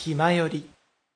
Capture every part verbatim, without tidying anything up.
気まより。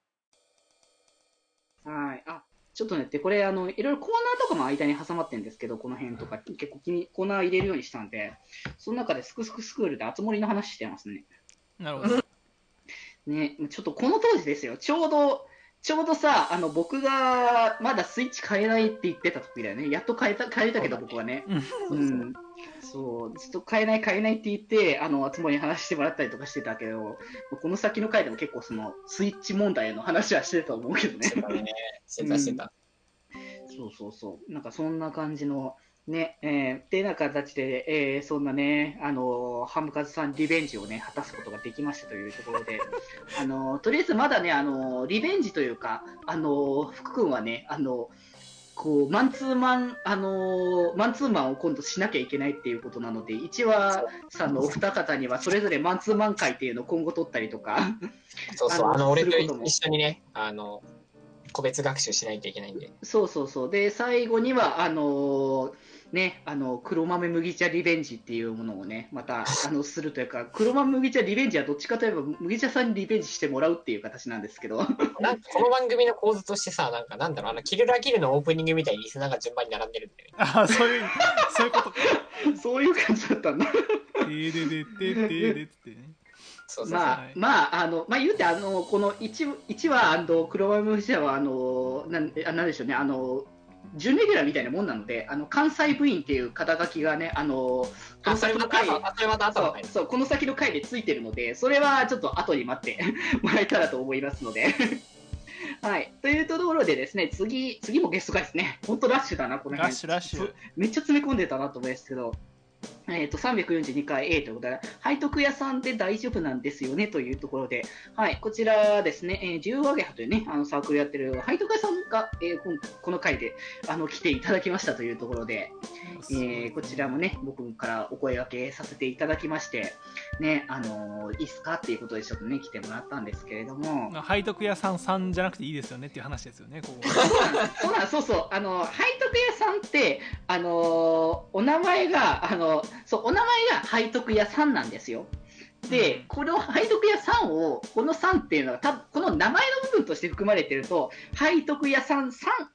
はい。あ、ちょっとね、で、これ、あの、いろいろコーナーとかも間に挟まってるんですけど、この辺とか、結構気にコーナー入れるようにしたんで、その中でスクスクスクールで熱盛の話してますね。 なるほど。 ね、ちょっとこの当時ですよ、ちょうど、ちょうどさ、あの、僕がまだスイッチ変えないって言ってた時だよね。やっと変えた、変えたけど、僕はね。うん。そう、ずっと変えない変えないって言って、あの、つもりに話してもらったりとかしてたけど、この先の回でも結構その、スイッチ問題の話はしてたと思うけどね。 してたね。してたしてた。 うん、そうそうそう。なんかそんな感じの、ね、えー、ってな形で、えー、そんなね、あのー、ハムカズさんリベンジをね、果たすことができましたというところで、あのー、とりあえずまだね、あのー、リベンジというか、あのー、福君はね、あのこう、マンツーマン、あのーマンツーマンを今度しなきゃいけないっていうことなので、いちわさんのお二方にはそれぞれマンツーマン会っていうのを今後取ったりとか、 そうそう、 あのあの、俺とすることも一緒にね、あの、個別学習しないといけないんで。 そうそうそう。で、最後には、あのーね、あの、黒豆麦茶リベンジっていうものをね、また、あの、するというか、黒豆麦茶リベンジはどっちかといえば、麦茶さんにリベンジしてもらうっていう形なんですけど。 なんかこの番組の構図としてさ、なんかなんだろう、あの、キルラキルのオープニングみたいにリスナーが順番に並んでるんだよね。 ああ、そういう、そういうことか。 そういう感じだったんだ。 てーででててでってね。 そうそうそう。 まあ、 はいまあ、あの、まあ、言うて、あの、このいち、一話、あの、黒豆麦茶は、あの、なん、あなんでしょうね、あの、準レギュラーみたいなもんなので、あの、関西部員っていう肩書きがね、あの、こあ、 のそれ先の回、 また後、あそれまた後その回う、そう、この先の回でついてるので、それはちょっと後に待ってもらえたらと思いますので。はい。というところでですね、次、次もゲスト回ですね。ほんとラッシュだな、この辺。 ラッシュラッシュ。 めっちゃ詰め込んでたなと思いますけど、えっと、さんびゃくよんじゅうにかい A ということで、背徳屋さんで大丈夫なんですよねというところで、はい、こちらですね、えー、自由和げ派というね、あのサークルやってる背徳屋さんが、えー、ここの回であの来ていただきましたというところで、えー、こちらもね、僕からお声掛けさせていただきまして、ね、あのー、いいっすかっていうことでちょっとね、来てもらったんですけれども、 背徳屋さんさんじゃなくていいですよねっていう話ですよね、ここ。 そうなん、そうそう、あの、背徳屋さんって、あのーお名前が、あの、そう、お名前が背徳屋さんなんですよ。で、この背徳屋さんを、このさんっていうのは、たこの名前の部分として含まれてると、背徳屋さんさんって、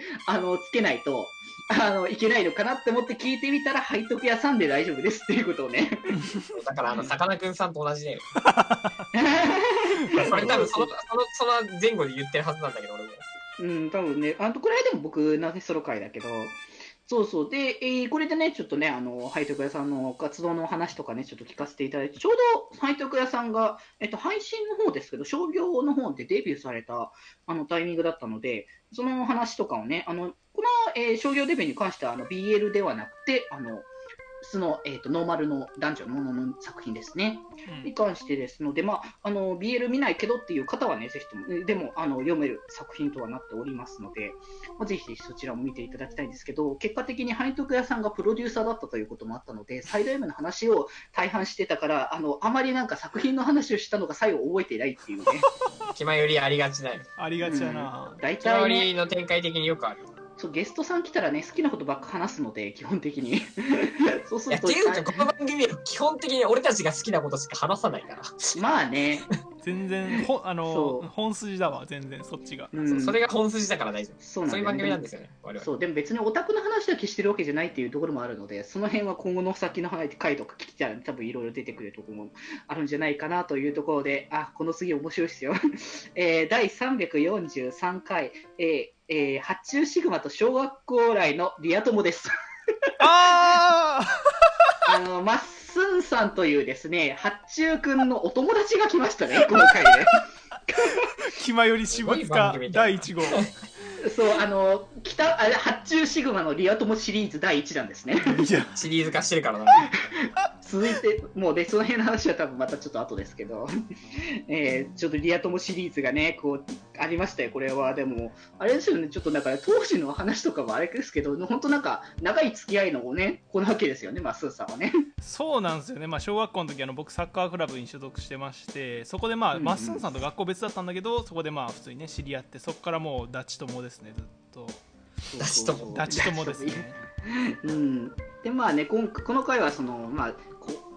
あの、つけないと、あの、いけないのかなって思って聞いてみたら、背徳屋さんで大丈夫ですっていうことをね。 だから、あの、さかなクンさんと同じだよ。これ多分その、その、その前後で言ってるはずなんだけど、俺も。 うん、多分ね、あの、これでも僕、なぜソロ回だけど、そうそう。で、えーこれでね、ちょっとね、あの、背徳屋さんの活動の話とかね、ちょっと聞かせていただいて、ちょうど背徳屋さんが、えっと、配信の方ですけど、商業の方でデビューされた、あの、タイミングだったので、その話とかをね、あの、この、えー商業デビューに関しては、あの、ビーエル ではなくて、あの、その、えっと、ノーマルの男女のものの作品ですね。に関してですので、まあ、あの、ビーエル 見ないけどっていう方はね、ぜひとも、えでも、あの、読める作品とはなっておりますので、まあ、ぜひぜひそちらも見ていただきたいんですけど、結果的に背徳屋さんがプロデューサーだったということもあったので、サイド M の話を大半してたから、あの、あまりなんか作品の話をしたのが最後覚えていないっていうね。 気まよりありがちだよ。 ありがちだな、 うん、大気まよ体ね、 りの展開的によくある。 そうゲストさん来たらね、好きなことばっか話すので、基本的に。そうすいや、 ると、 っていうか、この番組は基本的に俺たちが好きなことしか話さないから。 まあね、 全然ほあのそう本筋だわ、全然そっちが。 うんそうそれが本筋だから大丈夫。 そうなんだよねそういう番組なんですよね、我々。 そう、でも別にオタクの話だけしてるわけじゃないっていうところもあるので、その辺は今後の先の回とか聞きたら多分いろいろ出てくるところもあるんじゃないかなというところで、あ、この次面白いですよ。えー、だいさんびゃくよんじゅうさんかい、えーえー、発注シグマと小学校来のリア友です。 ああの、まっすんさんというですね、発注くんのお友達が来ましたね、この回で。 気まより私物化だいいち号。 そう、あの、北、あれ、発注シグマのリア友シリーズだいいち弾ですね。 いやシリーズ化してるからな。 続いて、もうね、その辺の話は多分またちょっと後ですけど、えー、ちょっとリア友シリーズがね、こう、ありましたよ、これは。でも、あれですよね、ちょっとだから当時の話とかもあれですけど、本当なんか、長い付き合いのをね、こなわけですよね、まあ、スーさんはね。 そうなんですよね、まあ、小学校の時あの僕サッカークラブに所属してまして、そこでまあ、 うんうんまっすんさんと学校別だったんだけど、そこでまあ普通にね知り合って、そこからもうダチ友ですね、ずっと。 ダチ友ダチ友ですね。 うん。で、まあね、こんこの回はその、まあ、こ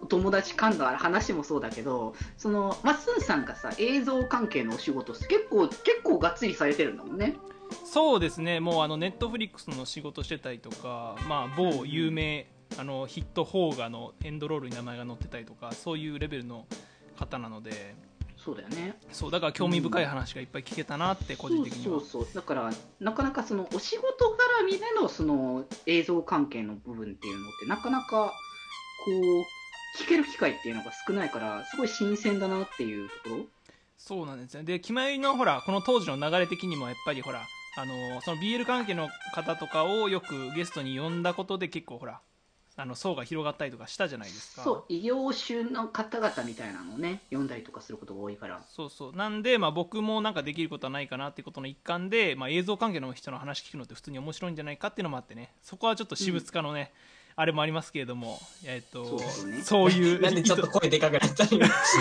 友達間の話もそうだけど、そのまっすんさんがさ映像関係のお仕事結構結構がっつりされてるんだもんね。 そうですね、もうあのネットフリックスの仕事してたりとか、まあ、某有名あのヒット邦画のエンドロールに名前が載ってたりとか、そういうレベルの方なので、 そうだよね。 そうだから興味深い話がいっぱい聞けたなって個人的には、 そうそうそう、だからなかなかそのお仕事絡みでのその映像関係の部分っていうのってなかなかこう聞ける機会っていうのが少ないから、すごい新鮮だなっていうところ。 そうなんですね。で、決まりのほらこの当時の流れ的にもやっぱりほらあのその ビーエル 関係の方とかをよくゲストに呼んだことで結構ほらあの層が広がったりとかしたじゃないですか。 そう、異業種の方々みたいなのをね読んだりとかすることが多いから。 そうそうなんで、まあ、僕もなんかできることはないかなっていうことの一環で、まあ、映像関係の人の話聞くのって普通に面白いんじゃないかっていうのもあってね、そこはちょっと私物化のね、うん、あれもありますけれども、えっと、そう、ね、そういうなんでちょっと声でかくなったの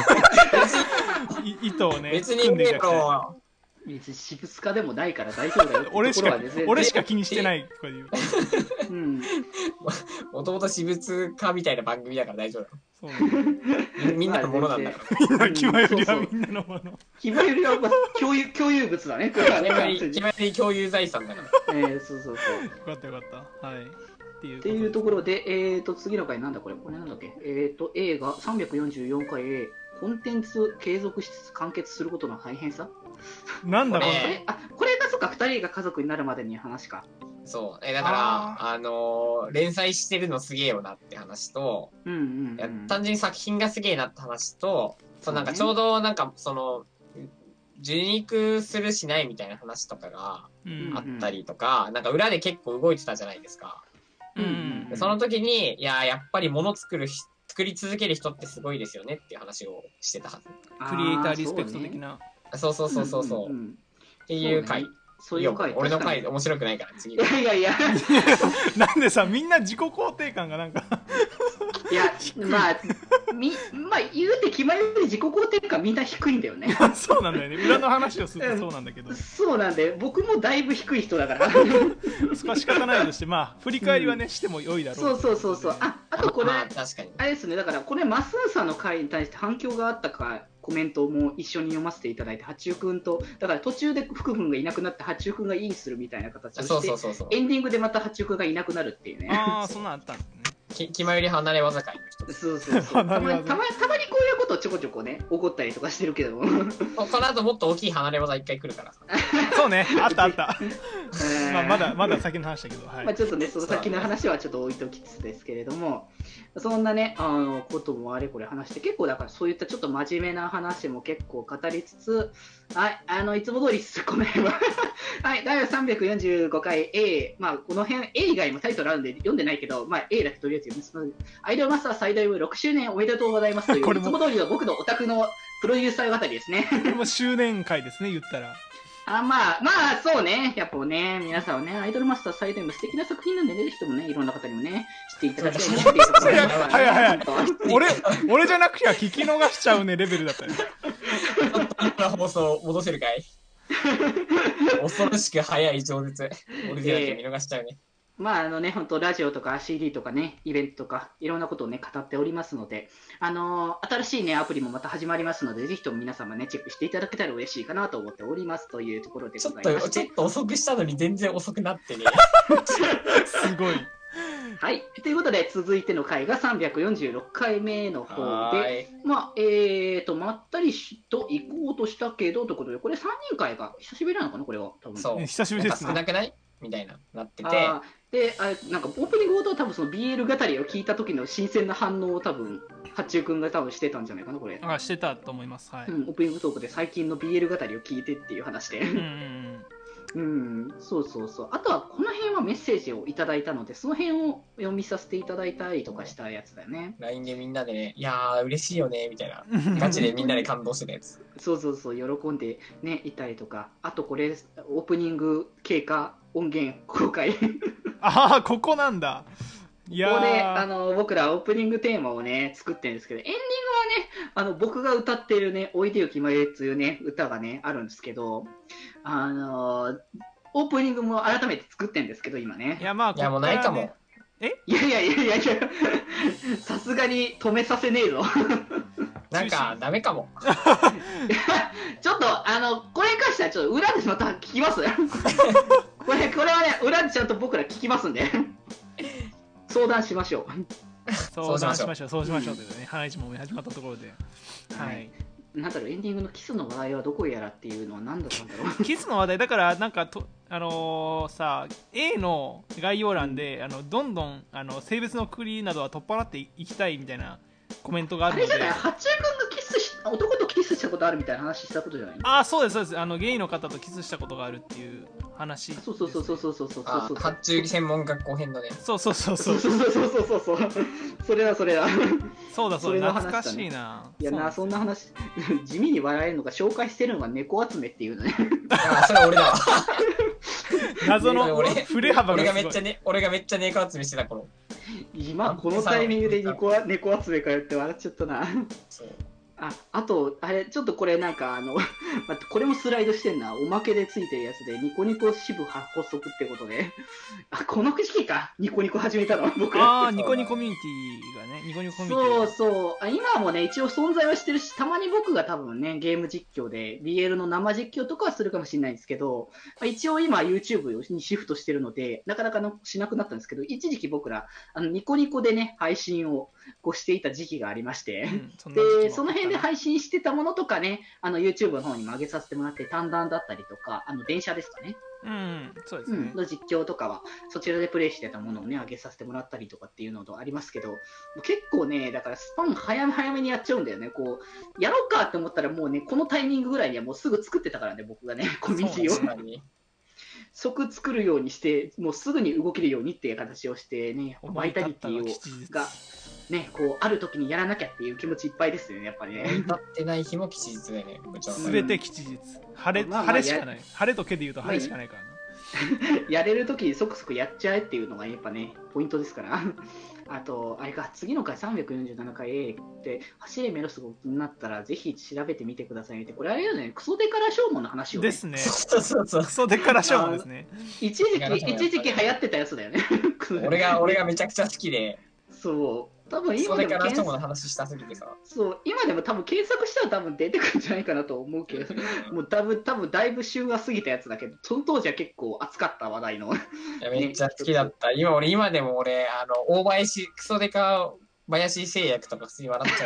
意図をね別にね別に私物化でもないから大丈夫だよ俺しか俺しか気にしてないこれ言ううん、 もともと私物化みたいな番組だから大丈夫だよ。 そうみんなのものなんだから。 みんな気まよりはみんなのもの。 気まよりは共有共有物だね。これはね。 気まより共有財産だから。 えー、そうそうそう。よかったよかった。はい。 っていうっていうところで、えーと次の回なんだこれこれなんだっけ。えーと映画さんびゃくよんじゅうよんかい A コンテンツ継続しつつ完結することの大変さ。 なんだろうこれあこれがそっかふたりが家族になるまでに話か。 そうえだからあ、あのー、連載してるのすげえよなって話と、 うんうんうん、 いや単純に作品がすげえなって話と、そうなんかちょうどなんかその受肉するしないみたいな話とかがあったりとか、うんうん、なんか裏で結構動いてたじゃないですか。 うんうんうん、 その時にいややっぱり物作る作り続ける人ってすごいですよねっていう話をしてたはず。 クリエイターリスペクト的な。 そうそうそうそうそう、うんうんうん、っていう回。 そういう回。 俺の回面白くないから次。 いやいやいや。 なんでさみんな自己肯定感がなんかいやまあみまあ言うて決まりで自己肯定感みんな低いんだよね。 そうなんだよね。裏の話をするとそうなんだけど。 そうなんで僕もだいぶ低い人だから。 そこは仕方ないとしてまあ振り返りはね、うん、しても良いだろう。 そうそうそうそう。ああとこれ、 まあ、確かにあれですねだからこれマスンさんの回に対して反響があったか。コメントも一緒に読ませていただいて、八中くんと、だから途中で福君がいなくなって、八中くんがインするみたいな形をして、 そうそうそうそうエンディングでまた八中くんがいなくなるっていうね。 ああ、そんなんあったんですね。 き気まより離れ技会の人。 そうそうそう。たまに、たまに、たまにこういうことをちょこちょこね、怒ったりとかしてるけども。 この後もっと大きい離れ技一回来るから。 そうね、あったあった。まあ、まだ、まだ先の話だけど、はい。 まあちょっとね、その先の話はちょっと置いときつつですけれども、そんなね、あの、こともあれこれ話して、結構だからそういったちょっと真面目な話も結構語りつつ、はい、あの、いつも通りこの辺は、はい、だいさんびゃくよんじゅうごかい A、まあこの辺 A 以外もタイトルあるんで読んでないけど、まあ A だけとりあえず読みます。アイドルマスター最大ろくしゅうねんおめでとうございますという、いつも通りの僕のオタクのプロデューサー語りですね。 これも周年会ですね、言ったら。 あまあまあそうね、やっぱね皆さんはねアイドルマスター最大も素敵な作品なんでね、ぜひともねいろんな方にもね知っていただきたいなっていうところで、ね、 はいはいはい俺俺じゃなくては聞き逃しちゃうねレベルだったよ。 今放送戻せるかい。恐ろしく早い饒舌。俺じゃなくて見逃しちゃうね。えーまああのね、本当ラジオとか シーディー とかね、イベントとかいろんなことをね語っておりますので、あのー、新しいねアプリもまた始まりますので、ぜひとも皆様ねチェックしていただけたら嬉しいかなと思っておりますというところでございます。 ちょっとちょっと遅くしたのに全然遅くなってね。 すごい。 はい、ということで続いての回がさんびゃくよんじゅうろっかいめの方で、まあえーとまったりと行こうとしたけどということで、これさんにん会が久しぶりなのかなこれは多分。 そう久しぶりですね。 少なくないみたいななってて。 で、あなんかオープニングごと多分その ビーエル 語りを聞いた時の新鮮な反応を多分八中くんが多分してたんじゃないかなこれ。 あしてたと思います。はい。 うん、オープニングトークで最近の ビーエル 語りを聞いてっていう話で。うんうんうん、そうそうそう。あとはこの辺はメッセージをいただいたので、その辺を読みさせていただいたりとかしたやつだよね。 ライン でみんなでね、いやー嬉しいよねみたいなガチでみんなで感動してたやつ。 そうそうそう、喜んでねいたりとか、あとこれオープニング経過音源公開。 ああここなんだ。いやーここであの僕らオープニングテーマをね作ってるんですけど、エンディングはねあの僕が歌っているね「おいでよ決まれ」というね歌がねあるんですけど、あのー、オープニングも改めて作ってるんですけど今ね。 いやまあここから、ね、 いやもうないかも。 いえいやいやいやいやいや、さすがに止めさせねえぞ。 なんか、ダメかも。 ちょっと、あの、これに関しては、ちょっと裏でまた聞きます。これ、これはね、裏でちゃんと僕ら聞きますんで。相談しましょう。 相談しましょう、そうしましょうというね、話も始まったところで。はい。 なんだろう、エンディングのキスの話題はどこやらっていうのは何だったんだろう。 キスの話題だからなんかとあのー、さ A の概要欄で、うん、あのどんどんあの性別のくくりなどは取っ払っていきたいみたいなコメントがあるので。 あれじゃない、八中君がキスし男とキスしたことあるみたいな話したことじゃないの？ ああ、そうですそうです。あのゲイの方とキスしたことがあるっていう話。 そうそうそうそうそうそうそうそう。 発注専門学校編のね。 そうそうそうそうそうそうそうそうそうそう。それだそれだ。 そうだそうだ、懐かしいな。 いやな、そんな話地味に笑えるのが紹介してるのが猫集めっていうのね。 いやそれ俺だわ。 謎の振れ幅がすごい。 俺がめっちゃね俺がめっちゃ猫集めしてた頃。 今このタイミングで猫猫集めかよって笑っちゃったな。そう。あ, あと、あれ、ちょっとこれなんか、あの、これもスライドしてんな。おまけでついてるやつで、ニコニコ支部発足ってことで、あ、この時期か、ニコニコ始めたの、僕ら。 ああ、ニコニコミュニティがね、ニコニココミュニティ。 そうそうあ。今もね、一応存在はしてるし、たまに僕が多分ね、ゲーム実況で、ビーエル の生実況とかはするかもしれないんですけど、一応今 YouTube にシフトしてるので、なかなかのしなくなったんですけど、一時期僕ら、あのニコニコでね、配信をこうしていた時期がありまして、うん、そで、その辺で配信してたものとかね、あの YouTube の方にも上げさせてもらって、単弾だったりとか、あの電車ですかね。 うん、そうですね、 うん、の実況とかは、そちらでプレイしてたものをね、上げさせてもらったりとかっていうのとありますけど、結構ね、だからスパン早め早めにやっちゃうんだよね。こう、やろうかって思ったらもうね、このタイミングぐらいにはもうすぐ作ってたからね、僕がね、コミュニティを。即作るようにして、もうすぐに動けるようにっていう形をしてね、バイタリティをが、ね、こう、ある時にやらなきゃっていう気持ちいっぱいですよね、やっぱりね。 立ってない日も吉日だよね。 すべて吉日。晴れ、まあまあ、晴れしかない。晴れと毛で言うと晴れしかないからな。 やれる時にそくそくやっちゃえっていうのがやっぱね、ポイントですから。あと、あれか、次の回さんびゃくよんじゅうななかい A って、走れメロスが気になったら、ぜひ調べてみてくださいって、これあれだよね、クソデカラショーモンの話を、ね。 ですね。 そうそうそう。 クソデカラショーモンですね。 一時期、一時期流行ってたやつだよね。 俺が、俺がめちゃくちゃ好きで。 そう。多分今でも検索の話したすぎてさ。 そう、今でも多分検索したら多分出てくるんじゃないかなと思うけど、もう多分多分だいぶ週が過ぎたやつだけど、その当時は結構熱かった話題の。 いやめっちゃ好きだった。ね、今俺今でも俺あの大林クソデカ林製薬とか普通に笑っちゃ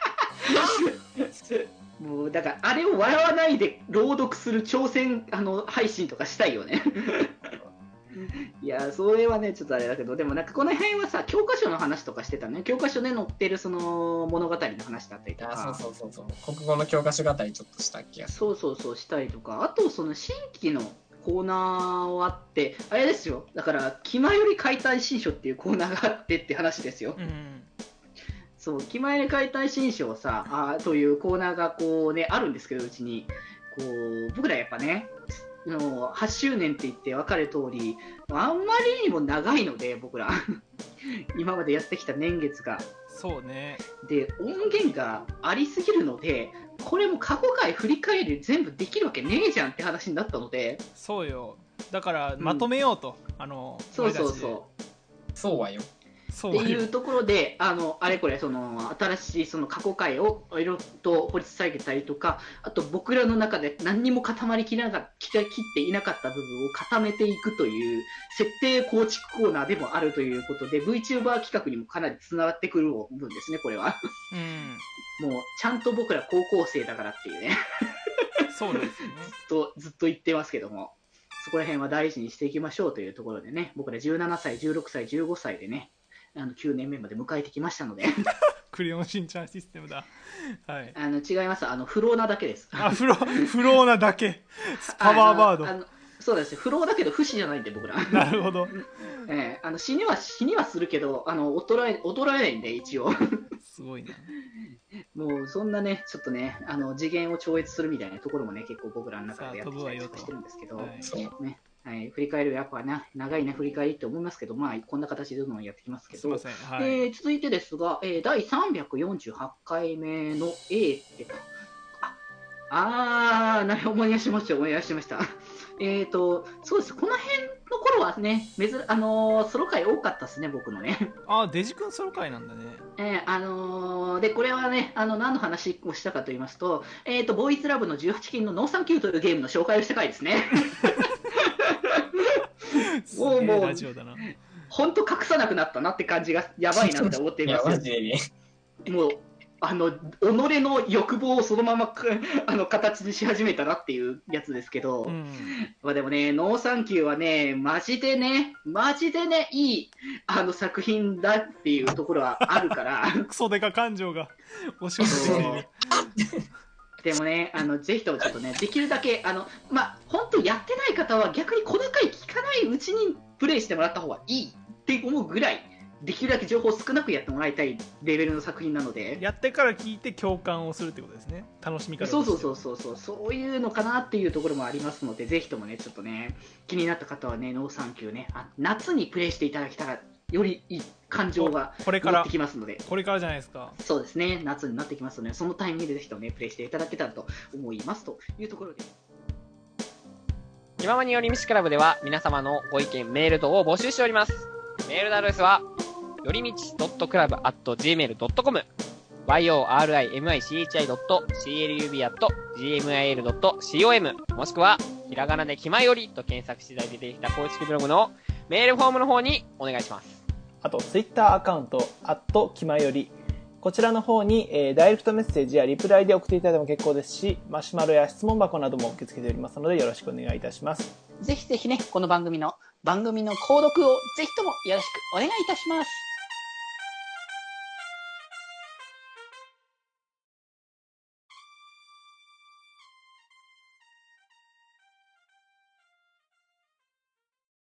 う。もうだからあれを笑わないで朗読する挑戦あの配信とかしたいよね。いやそれはねちょっとあれだけど、でもなんかこの辺はさ教科書の話とかしてたね。教科書で載ってるその物語の話だったりとか。 あ、そうそうそうそう。国語の教科書語りちょっとした気がする。 そうそうそうしたりとか、あとその新規のコーナーがあって、あれですよ。だから気前より解体新書っていうコーナーがあってって話ですよ。うん、そう気前より解体新書をさあというコーナーがこうねあるんですけど、うちにこう僕らやっぱね。のはちしゅうねんって言って分かる通りあんまりにも長いので僕ら今までやってきた年月がそうねで音源がありすぎるのでこれも過去回振り返り全部できるわけねえじゃんって話になったのでそうよだからまとめようと、うん、あのそうそうそうそうはよっていうところであのあれこれその新しいその過去回をいろいろと掘り下げたりとか、あと僕らの中で何にも固まりきらなか切っていなかった部分を固めていくという設定構築コーナーでもあるということで VTuber 企画にもかなりつながってくる部分ですねこれは、うん、もうちゃんと僕ら高校生だからっていうねそうですねずっとずっと言ってますけども、そこら辺は大事にしていきましょうというところでね、僕らじゅうななさいじゅうろくさいじゅうごさいでねあのきゅうねんめまで迎えてきましたのでクレヨンしんちゃんシステムだ、はい、 あの違います、あの不老なだけです。 あ不老不老なだけパワーバード。 あのあのそうです不老だけど不死じゃないんで僕らなるほど、 えー、あの死には死にはするけどあの衰え衰えないんで一応すごいな。 もうそんなねちょっとねあの次元を超越するみたいなところもね結構僕らの中でやってきたりとかしてるんですけど、はいねはい、振り返るやっぱな長いね振り返りって思いますけど、まあこんな形でどんどんやってきますけど、すいません、はい、えー、続いてですが、えー、だいさんびゃくよんじゅうはちかいめの A ってああーなるほど思い出しました思い出しましたえっ、ー、と、そうです。この辺の頃はね、珍あのー、ソロ回多かったですね、僕のね。 ああ、デジ君ソロ回なんだね。 えー、あのー、で、これはね、あの、何の話をしたかと言いますと、えっ、ー、と、ボーイズラブのじゅうはち禁のノーサンキューというゲームの紹介をした回ですね。 すげえラジオだな。 本当隠さなくなったなって感じがやばいなって思っています。 いやマジでね。 もうあの己の欲望をそのままあの形にし始めたなっていうやつですけど、うん、まあでもね、ノーサンキューはね、マジでね、マジでね、いいあの作品だっていうところはあるから。 クソデカ感情が押し寄せている。 でもね、あのぜひともちょっとね、できるだけ、あのまあ、本当やってない方は逆にこの回聞かないうちにプレイしてもらった方がいいって思うぐらい、できるだけ情報を少なくやってもらいたいレベルの作品なので、 やってから聞いて共感をするってことですね。楽しみ方。 そうそうそうそうそう、そういうのかなっていうところもありますので、ぜひともね、ちょっとね、気になった方はね、ノーサンキューね、あ夏にプレイしていただけたらよりいい感情が乗ってきますので、 これからじゃないですか。 そうですね、夏になってきますので、そのタイミングでぜひともね、プレイしていただけたらと思いますというところで。 気ままに寄り道クラブでは皆様のご意見、メール等を募集しております。メールのアドレスはよりみち .club アット ジーメール ドットコム yorimichi.club アット ジーエムアイエル ドット コム もしくはひらがなで気まよりと検索していただいて出てきた公式ブログのメールフォームの方にお願いします。 あとツイッターアカウントアット気まより、こちらの方に、えー、ダイレクトメッセージやリプライで送っていただいても結構ですし、マシュマロや質問箱なども受け付けておりますのでよろしくお願いいたします。 ぜひぜひね、この番組の番組の購読をぜひともよろしくお願いいたします。